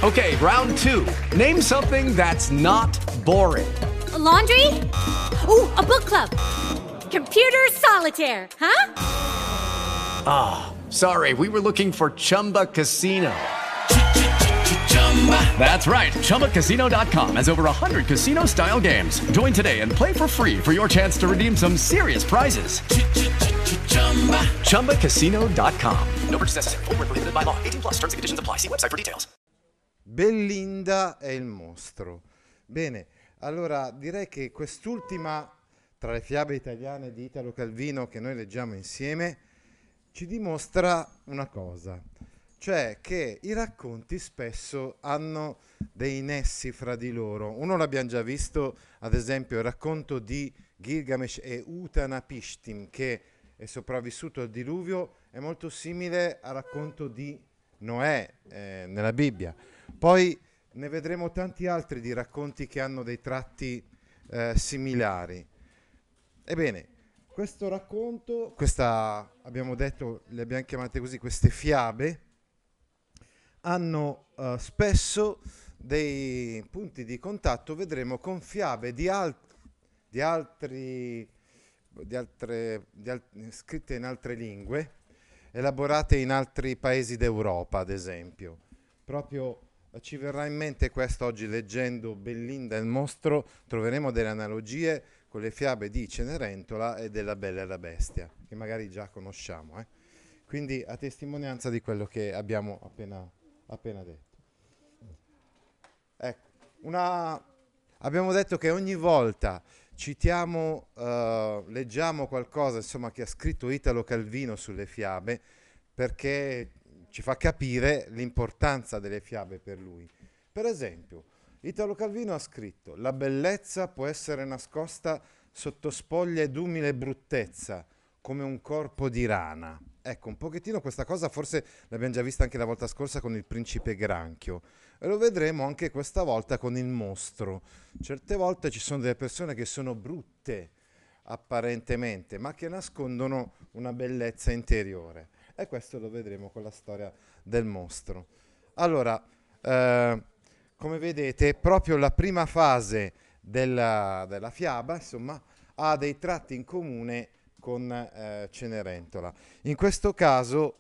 Okay, round two. Name something that's not boring. A laundry? Ooh, a book club. Computer solitaire, huh? Ah, sorry, we were looking for Chumba Casino. That's right, ChumbaCasino.com has over 100 casino-style games. Join today and play for free for your chance to redeem some serious prizes. ChumbaCasino.com. No purchase necessary. Void where prohibited by law. 18+ terms and conditions apply. See website for details. Belinda e il mostro. Bene, allora direi che quest'ultima tra le fiabe italiane di Italo Calvino che noi leggiamo insieme ci dimostra una cosa, cioè che i racconti spesso hanno dei nessi fra di loro. Uno l'abbiamo già visto, ad esempio, il racconto di Gilgamesh e Utanapishtim, che è sopravvissuto al diluvio, è molto simile al racconto di Noè nella Bibbia. Poi ne vedremo tanti altri di racconti che hanno dei tratti similari. Ebbene, questo racconto, abbiamo detto, le abbiamo chiamate così, queste fiabe, hanno spesso dei punti di contatto, vedremo, con fiabe scritte in altre lingue, elaborate in altri paesi d'Europa, ad esempio. Proprio ci verrà in mente questo oggi leggendo Belinda e il mostro, troveremo delle analogie con le fiabe di Cenerentola e della Bella e la Bestia, che magari già conosciamo. Quindi a testimonianza di quello che abbiamo appena detto. Ecco, abbiamo detto che ogni volta citiamo, leggiamo qualcosa, insomma, che ha scritto Italo Calvino sulle fiabe, perché ci fa capire l'importanza delle fiabe per lui. Per esempio, Italo Calvino ha scritto: la bellezza può essere nascosta sotto spoglie d'umile bruttezza, come un corpo di rana. Ecco, un pochettino questa cosa forse l'abbiamo già vista anche la volta scorsa con il principe Granchio, e lo vedremo anche questa volta con il mostro. Certe volte ci sono delle persone che sono brutte apparentemente, ma che nascondono una bellezza interiore, e questo lo vedremo con la storia del mostro. Allora, come vedete, proprio la prima fase della fiaba, insomma, ha dei tratti in comune con Cenerentola. In questo caso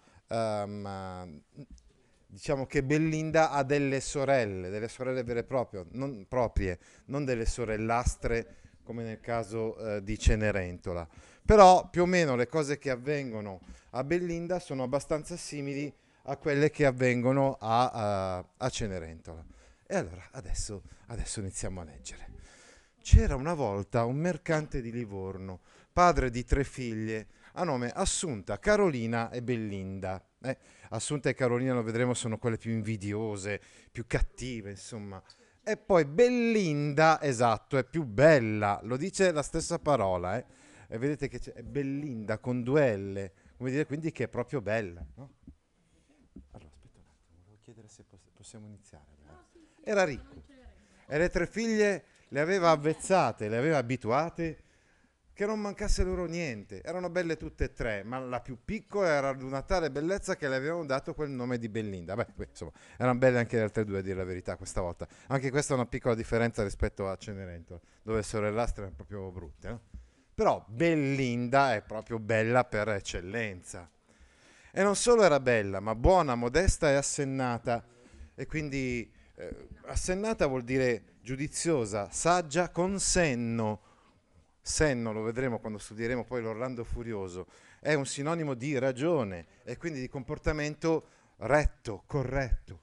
diciamo che Belinda ha delle sorelle vere e proprie, non delle sorellastre come nel caso di Cenerentola. Però più o meno le cose che avvengono a Belinda sono abbastanza simili a quelle che avvengono a Cenerentola. E allora adesso iniziamo a leggere. C'era una volta un mercante di Livorno, padre di 3 figlie, a nome Assunta, Carolina e Belinda. Assunta e Carolina, lo vedremo, sono quelle più invidiose, più cattive, insomma. E poi Belinda, esatto, è più bella, lo dice la stessa parola, E vedete che è Belinda con 2 L, come dire, quindi che è proprio bella, no? Allora, aspetta un attimo, volevo chiedere se possiamo iniziare. Era ricco, e le 3 figlie le aveva avvezzate, le aveva abituate che non mancasse loro niente. Erano belle tutte e 3, ma la più piccola era di una tale bellezza che le avevano dato quel nome di Belinda. Beh, insomma, erano belle anche le altre 2, a dire la verità, questa volta. Anche questa è una piccola differenza rispetto a Cenerentola, dove le sorellastre erano proprio brutte, no? Però Belinda è proprio bella per eccellenza. E non solo era bella, ma buona, modesta e assennata. E quindi assennata vuol dire giudiziosa, saggia, con senno. Senno, lo vedremo quando studieremo poi l'Orlando Furioso, è un sinonimo di ragione e quindi di comportamento retto, corretto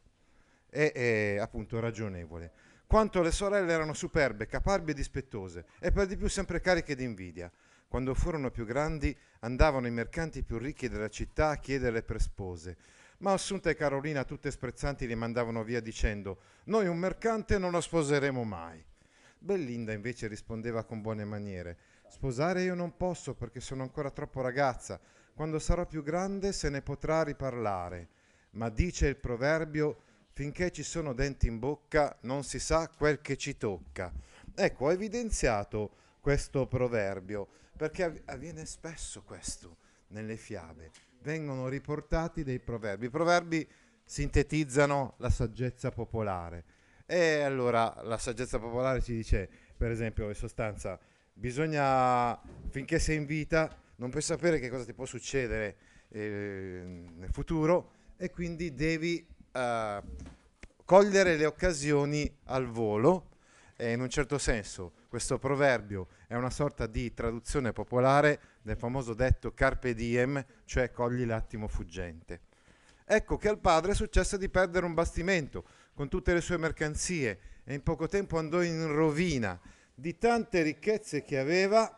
e appunto ragionevole. Quanto le sorelle erano superbe, caparbie e dispettose, e per di più sempre cariche di invidia. Quando furono più grandi andavano i mercanti più ricchi della città a chiederle per spose. Ma Assunta e Carolina, tutte sprezzanti, li mandavano via dicendo: noi un mercante non lo sposeremo mai. Belinda invece rispondeva con buone maniere: sposare io non posso perché sono ancora troppo ragazza. Quando sarò più grande se ne potrà riparlare. Ma dice il proverbio: finché ci sono denti in bocca non si sa quel che ci tocca. Ecco, ho evidenziato questo proverbio perché avviene spesso questo nelle fiabe. Vengono riportati dei proverbi. I proverbi sintetizzano la saggezza popolare. E allora la saggezza popolare ci dice, per esempio, in sostanza, bisogna, finché sei in vita, non puoi sapere che cosa ti può succedere nel futuro, e quindi devi cogliere le occasioni al volo. E in un certo senso questo proverbio è una sorta di traduzione popolare del famoso detto carpe diem, cioè cogli l'attimo fuggente. Ecco che al padre successe di perdere un bastimento con tutte le sue mercanzie e in poco tempo andò in rovina. Di tante ricchezze che aveva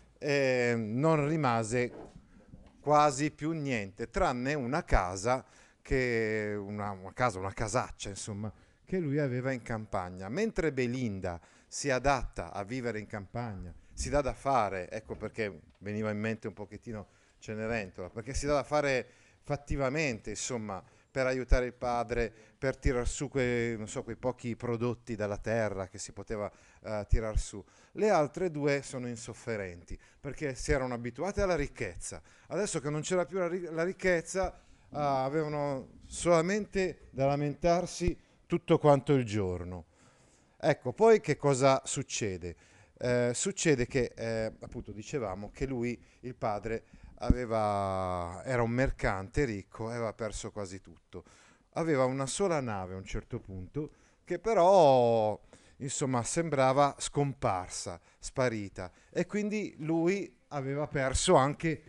non rimase quasi più niente, tranne una casa, una casaccia, insomma, che lui aveva in campagna. Mentre Belinda si adatta a vivere in campagna, si dà da fare, ecco perché veniva in mente un pochettino Cenerentola, perché si dà da fare fattivamente, insomma, per aiutare il padre, per tirar su quei pochi prodotti dalla terra che si poteva tirar su. Le altre due sono insofferenti, perché si erano abituate alla ricchezza. Adesso che non c'era più la ricchezza, avevano solamente da lamentarsi tutto quanto il giorno. Ecco, poi che cosa succede? Succede che, appunto, dicevamo che lui, il padre, era un mercante ricco e aveva perso quasi tutto. Aveva una sola nave a un certo punto, che però, insomma, sembrava scomparsa, sparita, e quindi lui aveva perso anche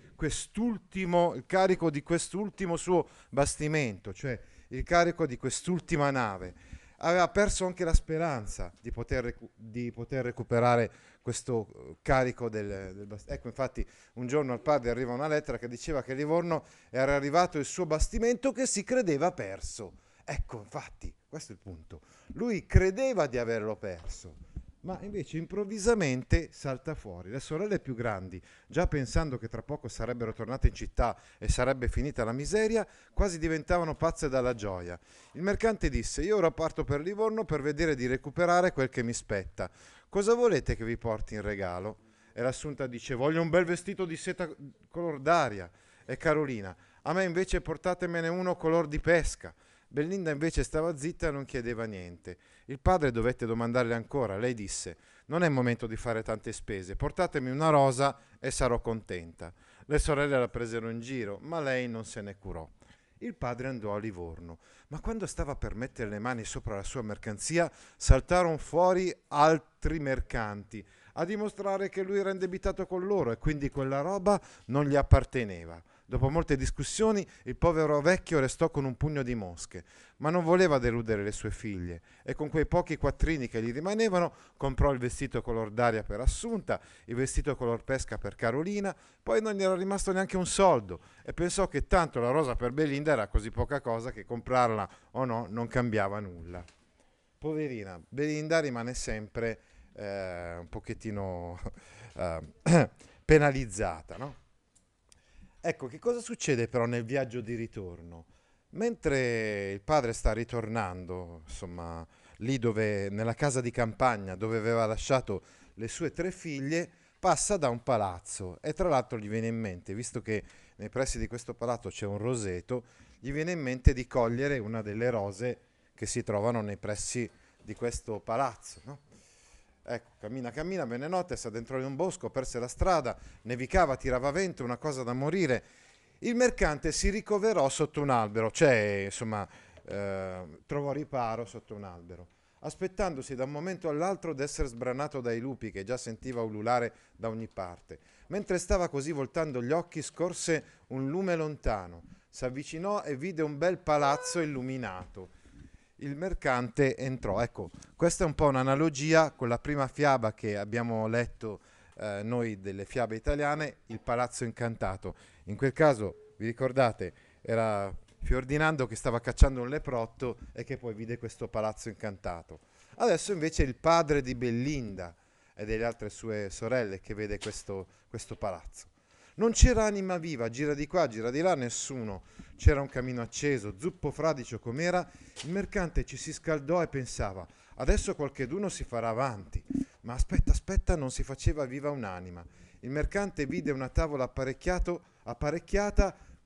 il carico di quest'ultimo suo bastimento, cioè il carico di quest'ultima nave. Aveva perso anche la speranza di poter recuperare questo carico del bastimento. Ecco, infatti, un giorno al padre arriva una lettera che diceva che a Livorno era arrivato il suo bastimento che si credeva perso. Ecco, infatti, questo è il punto. Lui credeva di averlo perso, ma invece improvvisamente salta fuori. Le sorelle più grandi, già pensando che tra poco sarebbero tornate in città e sarebbe finita la miseria, quasi diventavano pazze dalla gioia. Il mercante disse: io ora parto per Livorno per vedere di recuperare quel che mi spetta. Cosa volete che vi porti in regalo? E l'Assunta dice: voglio un bel vestito di seta color d'aria. E Carolina: a me invece portatemene uno color di pesca. Belinda invece stava zitta e non chiedeva niente. Il padre dovette domandarle ancora. Lei disse: non è momento di fare tante spese, portatemi una rosa e sarò contenta. Le sorelle la presero in giro, ma lei non se ne curò. Il padre andò a Livorno, ma quando stava per mettere le mani sopra la sua mercanzia, saltarono fuori altri mercanti a dimostrare che lui era indebitato con loro e quindi quella roba non gli apparteneva. Dopo molte discussioni, il povero vecchio restò con un pugno di mosche, ma non voleva deludere le sue figlie e con quei pochi quattrini che gli rimanevano comprò il vestito color d'aria per Assunta, il vestito color pesca per Carolina, poi non gli era rimasto neanche un soldo e pensò che tanto la rosa per Belinda era così poca cosa che comprarla o no non cambiava nulla. Poverina, Belinda rimane sempre un pochettino penalizzata, no? Ecco, che cosa succede però nel viaggio di ritorno? Mentre il padre sta ritornando, insomma, lì nella casa di campagna dove aveva lasciato le sue 3 figlie, passa da un palazzo e tra l'altro gli viene in mente, visto che nei pressi di questo palazzo c'è un roseto, gli viene in mente di cogliere una delle rose che si trovano nei pressi di questo palazzo, no? Ecco, cammina, bene notte, sta dentro in un bosco, perse la strada, nevicava, tirava vento, una cosa da morire. Il mercante si ricoverò sotto un albero, cioè, insomma, trovò riparo sotto un albero, aspettandosi da un momento all'altro d'essere sbranato dai lupi che già sentiva ululare da ogni parte. Mentre stava così voltando gli occhi, scorse un lume lontano, s'avvicinò e vide un bel palazzo illuminato. Il mercante entrò. Ecco, questa è un po' un'analogia con la prima fiaba che abbiamo letto noi delle fiabe italiane, Il Palazzo Incantato. In quel caso, vi ricordate, era Fiordinando che stava cacciando un leprotto e che poi vide questo palazzo incantato. Adesso invece è il padre di Belinda e delle altre sue sorelle che vede questo palazzo. Non c'era anima viva, gira di qua, gira di là, nessuno. C'era un camino acceso, zuppo fradicio com'era. Il mercante ci si scaldò e pensava: adesso qualcheduno si farà avanti. Ma aspetta, non si faceva viva un'anima. Il mercante vide una tavola apparecchiata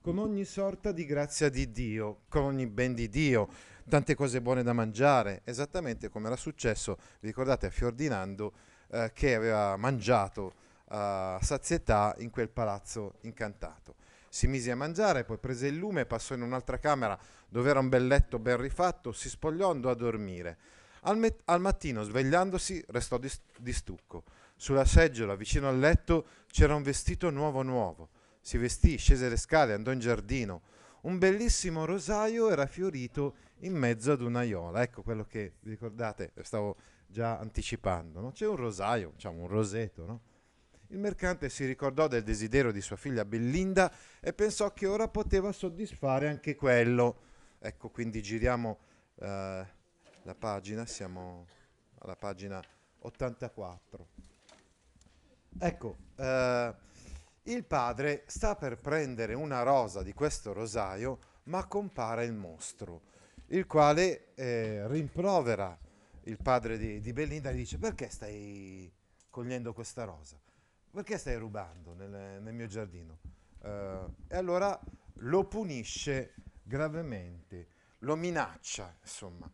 con ogni sorta di grazia di Dio, con ogni ben di Dio, tante cose buone da mangiare, esattamente come era successo, vi ricordate, a Fiordinando, che aveva mangiato a sazietà in quel palazzo incantato. Si mise a mangiare, poi prese il lume, passò in un'altra camera dove era un bel letto ben rifatto, si spogliò e andò a dormire. Al mattino, svegliandosi, restò di stucco. Sulla seggiola, vicino al letto, c'era un vestito nuovo nuovo. Si vestì, scese le scale, andò in giardino. Un bellissimo rosaio era fiorito in mezzo ad un'aiola. Ecco quello che, vi ricordate, stavo già anticipando, no? C'è un rosaio, diciamo un roseto, no? Il mercante si ricordò del desiderio di sua figlia Bellinda e pensò che ora poteva soddisfare anche quello. Ecco, quindi giriamo la pagina, siamo alla pagina 84. Ecco, il padre sta per prendere una rosa di questo rosaio, ma compare il mostro, il quale rimprovera il padre di Bellinda e gli dice: perché stai cogliendo questa rosa? Perché stai rubando nel mio giardino? E allora lo punisce gravemente, lo minaccia, insomma.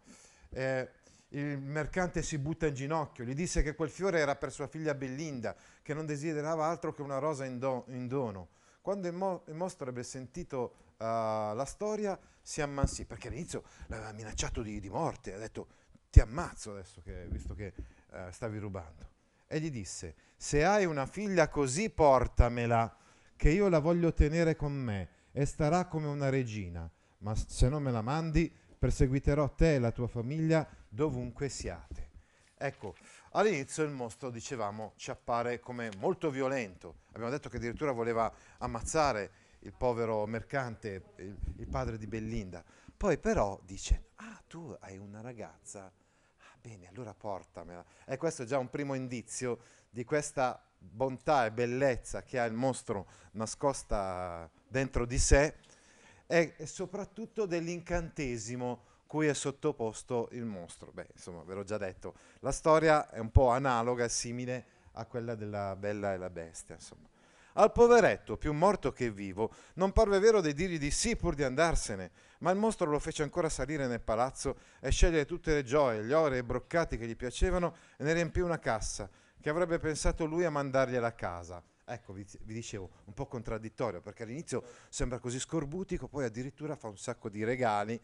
Il mercante si butta in ginocchio, gli disse che quel fiore era per sua figlia Bellinda, che non desiderava altro che una rosa in dono. Quando il mostro ebbe sentito la storia, si ammansì, perché all'inizio l'aveva minacciato di morte, ha detto: ti ammazzo adesso, visto che stavi rubando. E gli disse: se hai una figlia così, portamela, che io la voglio tenere con me e starà come una regina, ma se non me la mandi, perseguiterò te e la tua famiglia dovunque siate. Ecco, all'inizio il mostro, dicevamo, ci appare come molto violento. Abbiamo detto che addirittura voleva ammazzare il povero mercante, il padre di Bellinda. Poi però dice: ah, tu hai una ragazza, bene, allora portamela. E questo è già un primo indizio di questa bontà e bellezza che ha il mostro nascosta dentro di sé, e soprattutto dell'incantesimo cui è sottoposto il mostro. Beh, insomma, ve l'ho già detto, la storia è un po' analoga, simile a quella della Bella e la Bestia, insomma. Al poveretto, più morto che vivo, non parve vero di dirgli di sì pur di andarsene, ma il mostro lo fece ancora salire nel palazzo e scegliere tutte le gioie, gli ori e i broccati che gli piacevano, e ne riempì una cassa, che avrebbe pensato lui a mandargliela a casa. Ecco, vi dicevo, un po' contraddittorio, perché all'inizio sembra così scorbutico, poi addirittura fa un sacco di regali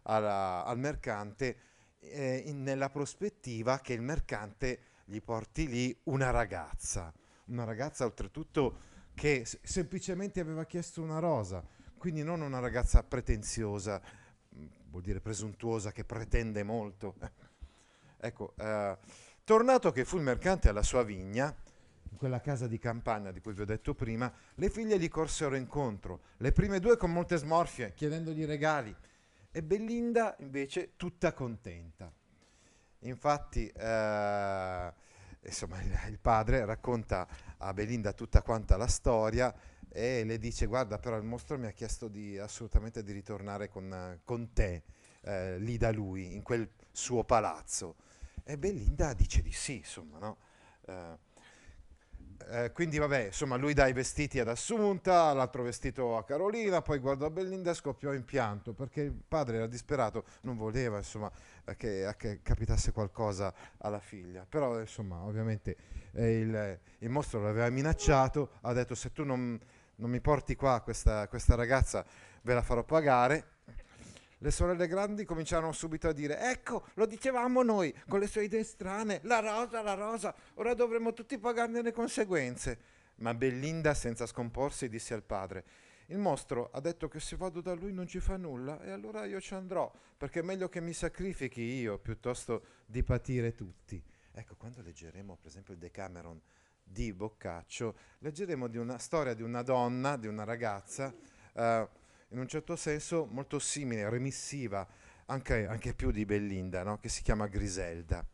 al mercante, nella prospettiva che il mercante gli porti lì una ragazza oltretutto che semplicemente aveva chiesto una rosa, quindi non una ragazza pretenziosa, vuol dire presuntuosa, che pretende molto. Ecco, tornato che fu il mercante alla sua vigna, in quella casa di campagna di cui vi ho detto prima, le figlie gli corsero incontro, le prime due con molte smorfie, chiedendogli regali, e Bellinda invece tutta contenta. Infatti, insomma, il padre racconta a Belinda tutta quanta la storia e le dice: guarda, però il mostro mi ha chiesto assolutamente di ritornare con te lì da lui, in quel suo palazzo. E Belinda dice di sì, insomma, no? Quindi vabbè, insomma, lui dà i vestiti ad Assunta, l'altro vestito a Carolina, poi guardò Belinda e scoppiò in pianto, perché il padre era disperato, non voleva, insomma, che capitasse qualcosa alla figlia. Però, insomma, ovviamente il mostro l'aveva minacciato, ha detto: se tu non mi porti qua questa ragazza, ve la farò pagare. Le sorelle grandi cominciarono subito a dire: ecco, lo dicevamo noi, con le sue idee strane, la rosa, ora dovremo tutti pagarne le conseguenze. Ma Bellinda, senza scomporsi, disse al padre: il mostro ha detto che se vado da lui non ci fa nulla, e allora io ci andrò, perché è meglio che mi sacrifichi io, piuttosto di patire tutti. Ecco, quando leggeremo per esempio il Decameron di Boccaccio, leggeremo di una storia di una donna, di una ragazza, in un certo senso molto simile, remissiva, anche più di Bellinda, no? Che si chiama Griselda.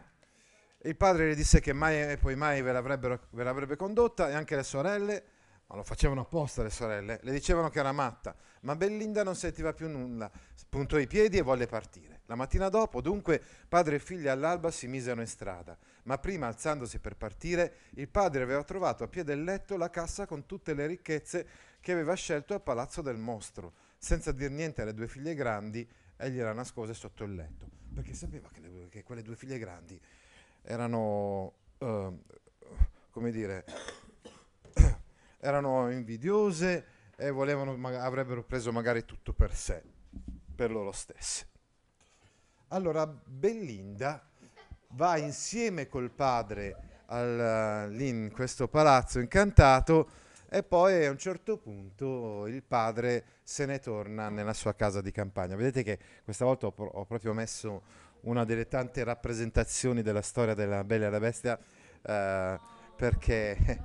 Il padre le disse che mai e poi mai ve l'avrebbe condotta, e anche le sorelle, Ma lo facevano apposta le sorelle, le dicevano che era matta, ma Belinda non sentiva più nulla, spuntò i piedi e volle partire. La mattina dopo, dunque, padre e figlia all'alba si misero in strada, ma prima, alzandosi per partire, il padre aveva trovato a piede del letto la cassa con tutte le ricchezze che aveva scelto al palazzo del mostro. Senza dir niente alle due figlie grandi, egli la nascose sotto il letto, perché sapeva che quelle due figlie grandi erano, come dire, erano invidiose e avrebbero preso magari tutto per sé, per loro stesse. Allora Belinda va insieme col padre lì in questo palazzo incantato e poi a un certo punto il padre se ne torna nella sua casa di campagna. Vedete che questa volta ho proprio messo una delle tante rappresentazioni della storia della Bella e la Bestia perché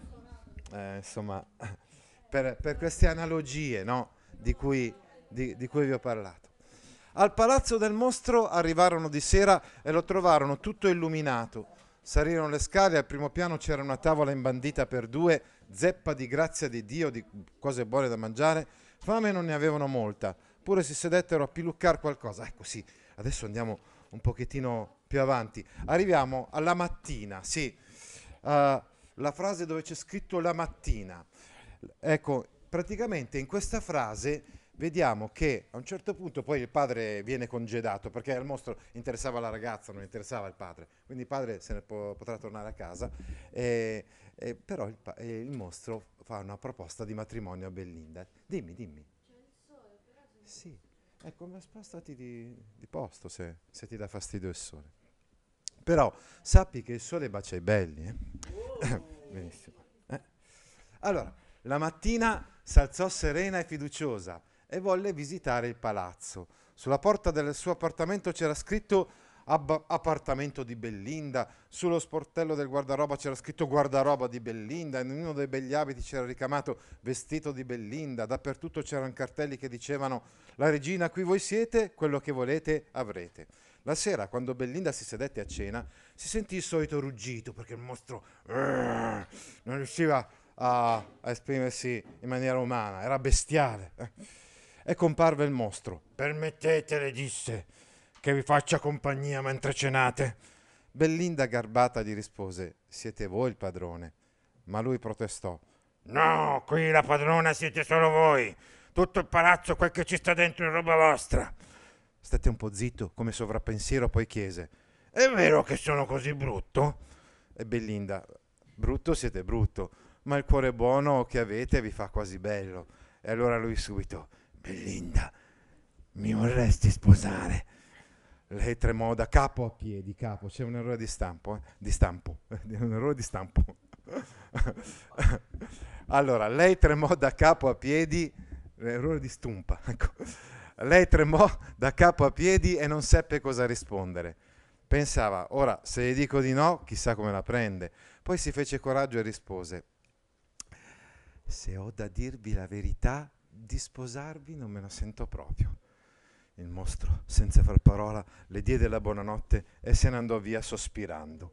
insomma per queste analogie, no? di cui vi ho parlato. Al palazzo del mostro arrivarono di sera e lo trovarono tutto illuminato. Salirono le scale, al primo piano c'era una tavola imbandita per due, zeppa di grazia di Dio, di cose buone da mangiare. Fame non ne avevano molta, pure si sedettero a piluccar qualcosa. Ecco sì, adesso andiamo un pochettino più avanti. Arriviamo alla mattina, sì, la frase dove c'è scritto la mattina. Ecco, praticamente in questa frase vediamo che a un certo punto poi il padre viene congedato perché al mostro interessava la ragazza, non interessava il padre, quindi il padre se ne potrà tornare a casa, però il mostro fa una proposta di matrimonio a Belinda. Dimmi. C'è il sole, però sì, ecco, ma spostati di posto se ti dà fastidio il sole. Però sappi che il sole bacia i belli. Benissimo. Allora, la mattina s'alzò serena e fiduciosa e volle visitare il palazzo. Sulla porta del suo appartamento c'era scritto appartamento di Belinda, sullo sportello del guardaroba c'era scritto guardaroba di Belinda, in uno dei begli abiti c'era ricamato vestito di Belinda, dappertutto c'erano cartelli che dicevano la regina qui voi siete, quello che volete avrete. La sera, quando Belinda si sedette a cena, si sentì il solito ruggito perché il mostro non riusciva a esprimersi in maniera umana, era bestiale. E comparve il mostro. Permettete, le disse, che vi faccia compagnia mentre cenate. Belinda garbata gli rispose: siete voi il padrone. Ma lui protestò: no, qui la padrona siete solo voi. Tutto il palazzo, quel che ci sta dentro è roba vostra. Stette un po' zitto, come sovrappensiero, poi chiese: è vero che sono così brutto? E Belinda: brutto siete brutto, ma il cuore buono che avete vi fa quasi bello. E allora lui subito: Belinda, mi vorresti sposare? Lei tremò da capo a piedi, c'è un errore di stampo, un errore di stampo. Allora, lei tremò da capo a piedi, errore di stumpa, ecco. Lei tremò da capo a piedi e non seppe cosa rispondere. Pensava: ora, se gli dico di no, chissà come la prende. Poi si fece coraggio e rispose: se ho da dirvi la verità, di sposarvi non me la sento proprio. Il mostro, senza far parola, le diede la buonanotte e se ne andò via sospirando.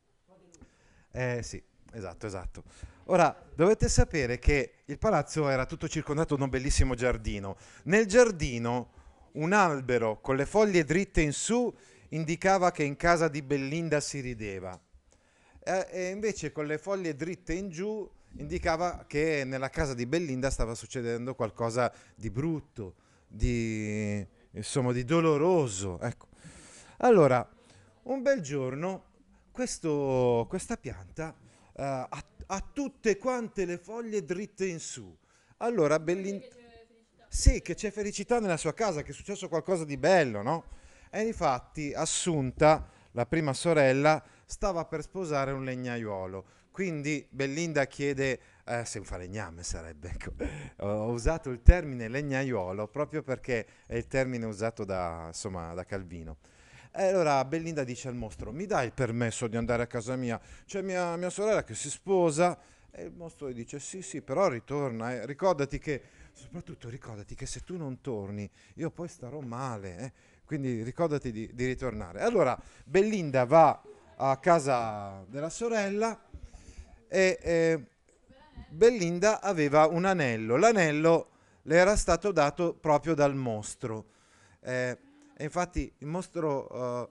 Sì, esatto. Ora, dovete sapere che il palazzo era tutto circondato da un bellissimo giardino. Nel giardino un albero con le foglie dritte in su indicava che in casa di Belinda si rideva. E invece con le foglie dritte in giù indicava che nella casa di Belinda stava succedendo qualcosa di brutto, di doloroso, ecco. Allora, un bel giorno questa pianta ha tutte quante le foglie dritte in su. Allora Belinda, sì, che c'è felicità nella sua casa, che è successo qualcosa di bello, no? E infatti Assunta, la prima sorella, stava per sposare un legnaiuolo. Quindi Belinda chiede, se un falegname sarebbe, ecco. Ho usato il termine legnaiuolo proprio perché è il termine usato da Calvino. E allora Belinda dice al mostro: mi dai il permesso di andare a casa mia? C'è mia sorella che si sposa. E il mostro gli dice: sì, però ritorna. Soprattutto ricordati che se tu non torni io poi starò male. Quindi ricordati di ritornare. Allora Belinda va a casa della sorella e Belinda aveva un anello, l'anello le era stato dato proprio dal mostro. E infatti il mostro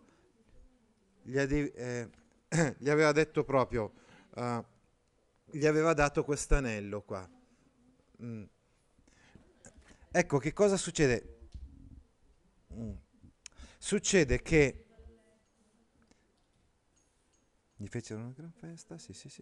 gli aveva detto proprio, gli aveva dato quest'anello qua. Ecco, che cosa succede? Succede che gli fecero una gran festa, sì, sì, sì.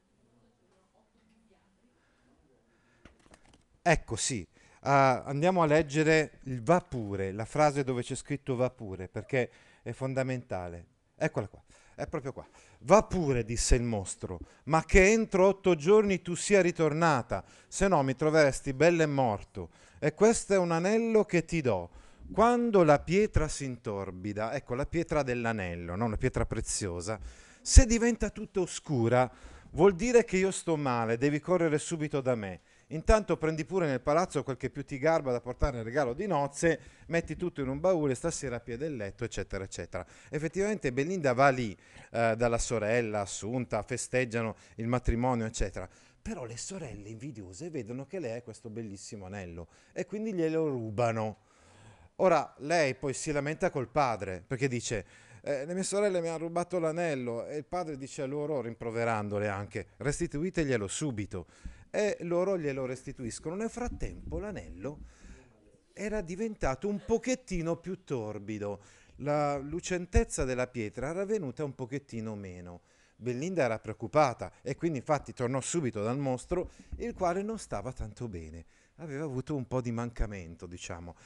Ecco, sì. Andiamo a leggere il va pure, la frase dove c'è scritto va pure, perché è fondamentale. Eccola qua, è proprio qua. Va pure, disse il mostro, ma che entro 8 giorni tu sia ritornata, se no mi troveresti bello e morto. E questo è un anello che ti do. Quando la pietra si intorbida, ecco la pietra dell'anello, no? Una pietra preziosa, se diventa tutta oscura, vuol dire che io sto male, devi correre subito da me. Intanto prendi pure nel palazzo quel che più ti garba da portare in regalo di nozze, metti tutto in un baule, stasera a piede del letto, eccetera, eccetera. Effettivamente Belinda va lì dalla sorella Assunta, festeggiano il matrimonio, eccetera. Però le sorelle invidiose vedono che lei ha questo bellissimo anello e quindi glielo rubano. Ora lei poi si lamenta col padre perché dice le mie sorelle mi hanno rubato l'anello e il padre dice a loro, rimproverandole anche, restituiteglielo subito e loro glielo restituiscono. Nel frattempo l'anello era diventato un pochettino più torbido, la lucentezza della pietra era venuta un pochettino meno. Belinda era preoccupata e quindi infatti tornò subito dal mostro, il quale non stava tanto bene, aveva avuto un po' di mancamento, diciamo,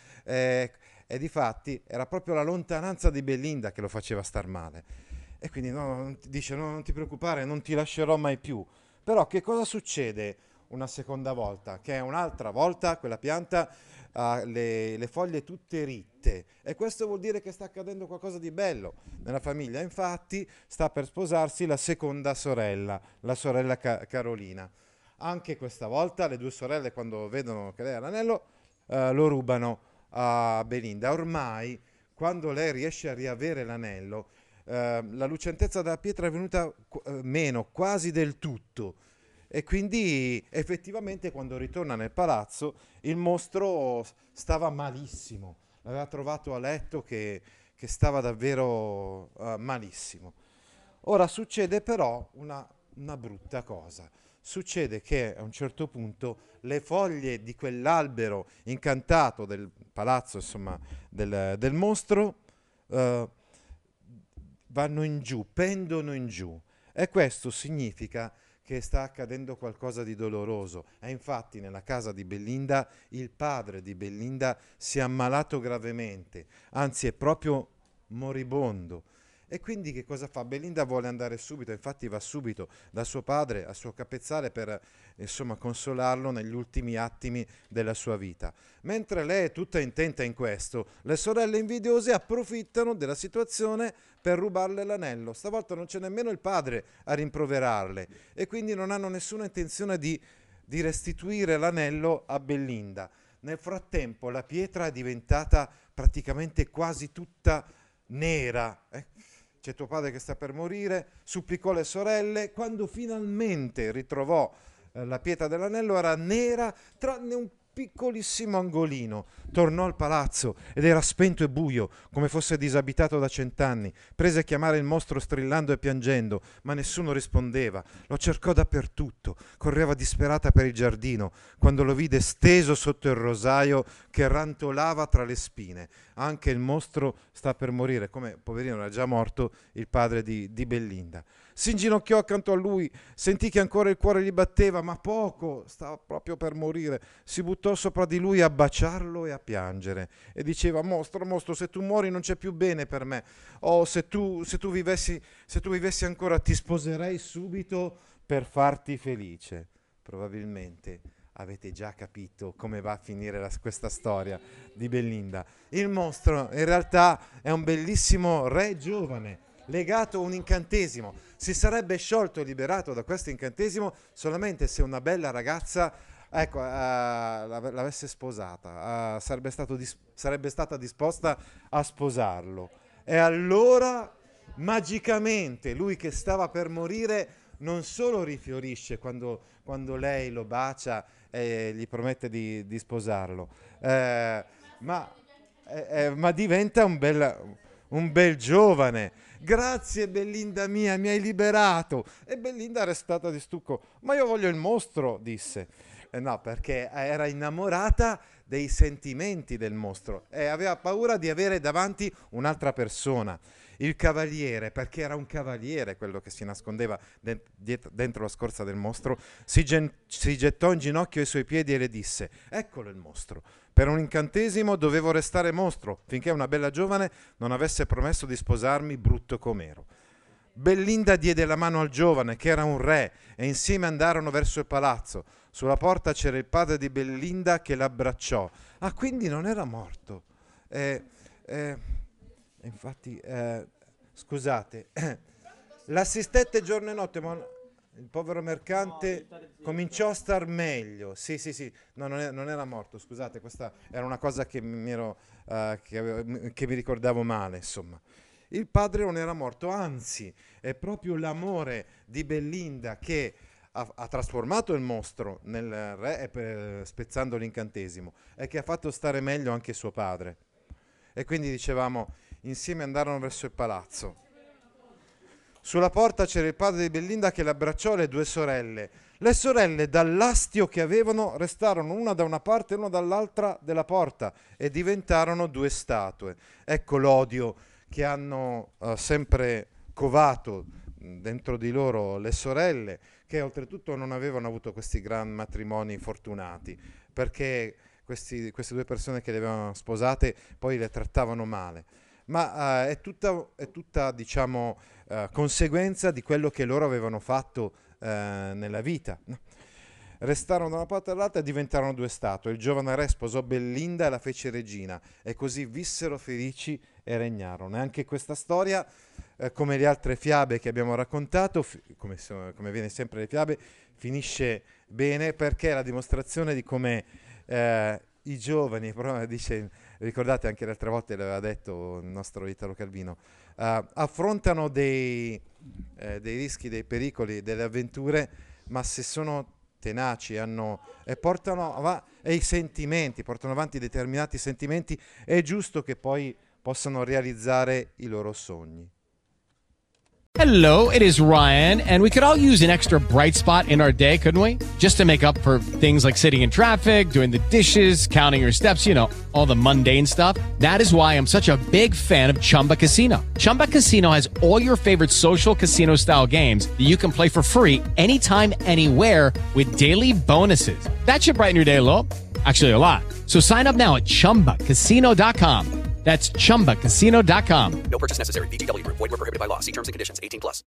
e difatti era proprio la lontananza di Belinda che lo faceva star male. E quindi dice no, non ti preoccupare, non ti lascerò mai più. Però che cosa succede una seconda volta? Che un'altra volta quella pianta ha le foglie tutte ritte e questo vuol dire che sta accadendo qualcosa di bello nella famiglia. Infatti sta per sposarsi la seconda sorella, la sorella Carolina. Anche questa volta le due sorelle, quando vedono che lei ha l'anello, lo rubano a Belinda. Ormai quando lei riesce a riavere l'anello, la lucentezza della pietra è venuta meno, quasi del tutto. E quindi effettivamente quando ritorna nel palazzo il mostro stava malissimo, l'aveva trovato a letto che stava davvero malissimo. Ora succede però una brutta cosa. Succede che a un certo punto le foglie di quell'albero incantato del palazzo, insomma, del mostro, vanno in giù, pendono in giù. E questo significa che sta accadendo qualcosa di doloroso. E infatti nella casa di Belinda il padre di Belinda si è ammalato gravemente, anzi è proprio moribondo. E quindi che cosa fa? Belinda vuole andare subito, infatti va subito da suo padre a suo capezzale per insomma consolarlo negli ultimi attimi della sua vita. Mentre lei è tutta intenta in questo, le sorelle invidiose approfittano della situazione per rubarle l'anello. Stavolta non c'è nemmeno il padre a rimproverarle e quindi non hanno nessuna intenzione di restituire l'anello a Belinda. Nel frattempo la pietra è diventata praticamente quasi tutta nera. C'è tuo padre che sta per morire, supplicò le sorelle, quando finalmente ritrovò la pietra dell'anello era nera tranne un piccolissimo angolino. Tornò al palazzo ed era spento e buio, come fosse disabitato da 100 anni. Prese a chiamare il mostro strillando e piangendo, ma nessuno rispondeva. Lo cercò dappertutto, correva disperata per il giardino, quando lo vide steso sotto il rosaio che rantolava tra le spine. Anche il mostro sta per morire, come poverino era già morto il padre di Belinda. Si inginocchiò accanto a lui, sentì che ancora il cuore gli batteva, ma poco, stava proprio per morire. Si buttò sopra di lui a baciarlo e a piangere e diceva: mostro, mostro, se tu muori non c'è più bene per me. Oh, se tu vivessi ancora ti sposerei subito per farti felice. Probabilmente avete già capito come va a finire questa storia di Belinda. Il mostro in realtà è un bellissimo re giovane legato a un incantesimo. Si sarebbe sciolto e liberato da questo incantesimo solamente se una bella ragazza l'avesse sposata, sarebbe stata disposta a sposarlo. E allora magicamente lui che stava per morire non solo rifiorisce quando lei lo bacia e gli promette di sposarlo, ma diventa un bel giovane. Grazie Belinda mia, mi hai liberato. E Belinda, restata di stucco, ma io voglio il mostro, disse. No, perché era innamorata dei sentimenti del mostro e aveva paura di avere davanti un'altra persona. Il cavaliere, perché era un cavaliere quello che si nascondeva dentro la scorza del mostro, si gettò in ginocchio ai suoi piedi e le disse: eccolo il mostro. Per un incantesimo dovevo restare mostro finché una bella giovane non avesse promesso di sposarmi brutto com'ero. Belinda diede la mano al giovane, che era un re, e insieme andarono verso il palazzo. Sulla porta c'era il padre di Belinda che l'abbracciò. Ah, quindi non era morto. Infatti, scusate, l'assistette giorno e notte, ma il povero mercante cominciò a star meglio. Sì, no, non era morto, scusate, questa era una cosa che mi ricordavo male, insomma. Il padre non era morto, anzi, è proprio l'amore di Belinda che ha trasformato il mostro nel re, spezzando l'incantesimo, e che ha fatto stare meglio anche suo padre. E quindi dicevamo, insieme andarono verso il palazzo. Sulla porta c'era il padre di Belinda che l'abbracciò, le due sorelle. Le sorelle, dall'astio che avevano, restarono una da una parte e una dall'altra della porta e diventarono due statue. Ecco l'odio che hanno sempre covato dentro di loro le sorelle, che oltretutto non avevano avuto questi gran matrimoni fortunati, perché queste due persone che le avevano sposate poi le trattavano male. Ma è tutta diciamo, conseguenza di quello che loro avevano fatto nella vita. Restarono da una parte all'altra e diventarono due statue. Il giovane re sposò Belinda e la fece regina, e così vissero felici e regnarono. E anche questa storia, come le altre fiabe che abbiamo raccontato, come viene sempre le fiabe, finisce bene, perché è la dimostrazione di come i giovani, ricordate anche le altre volte l'aveva detto il nostro Italo Calvino, affrontano dei rischi, dei pericoli, delle avventure, ma se sono tenaci e portano i sentimenti, portano avanti determinati sentimenti, è giusto che poi possano realizzare i loro sogni. Hello, it is Ryan, and we could all use an extra bright spot in our day, couldn't we? Just to make up for things like sitting in traffic, doing the dishes, counting your steps, all the mundane stuff. That is why I'm such a big fan of Chumba Casino. Chumba Casino has all your favorite social casino-style games that you can play for free anytime, anywhere with daily bonuses. That should brighten your day a little. Actually, a lot. So sign up now at ChumbaCasino.com. That's ChumbaCasino.com. No purchase necessary. VGW Group. Void where prohibited by law. See terms and conditions. 18+.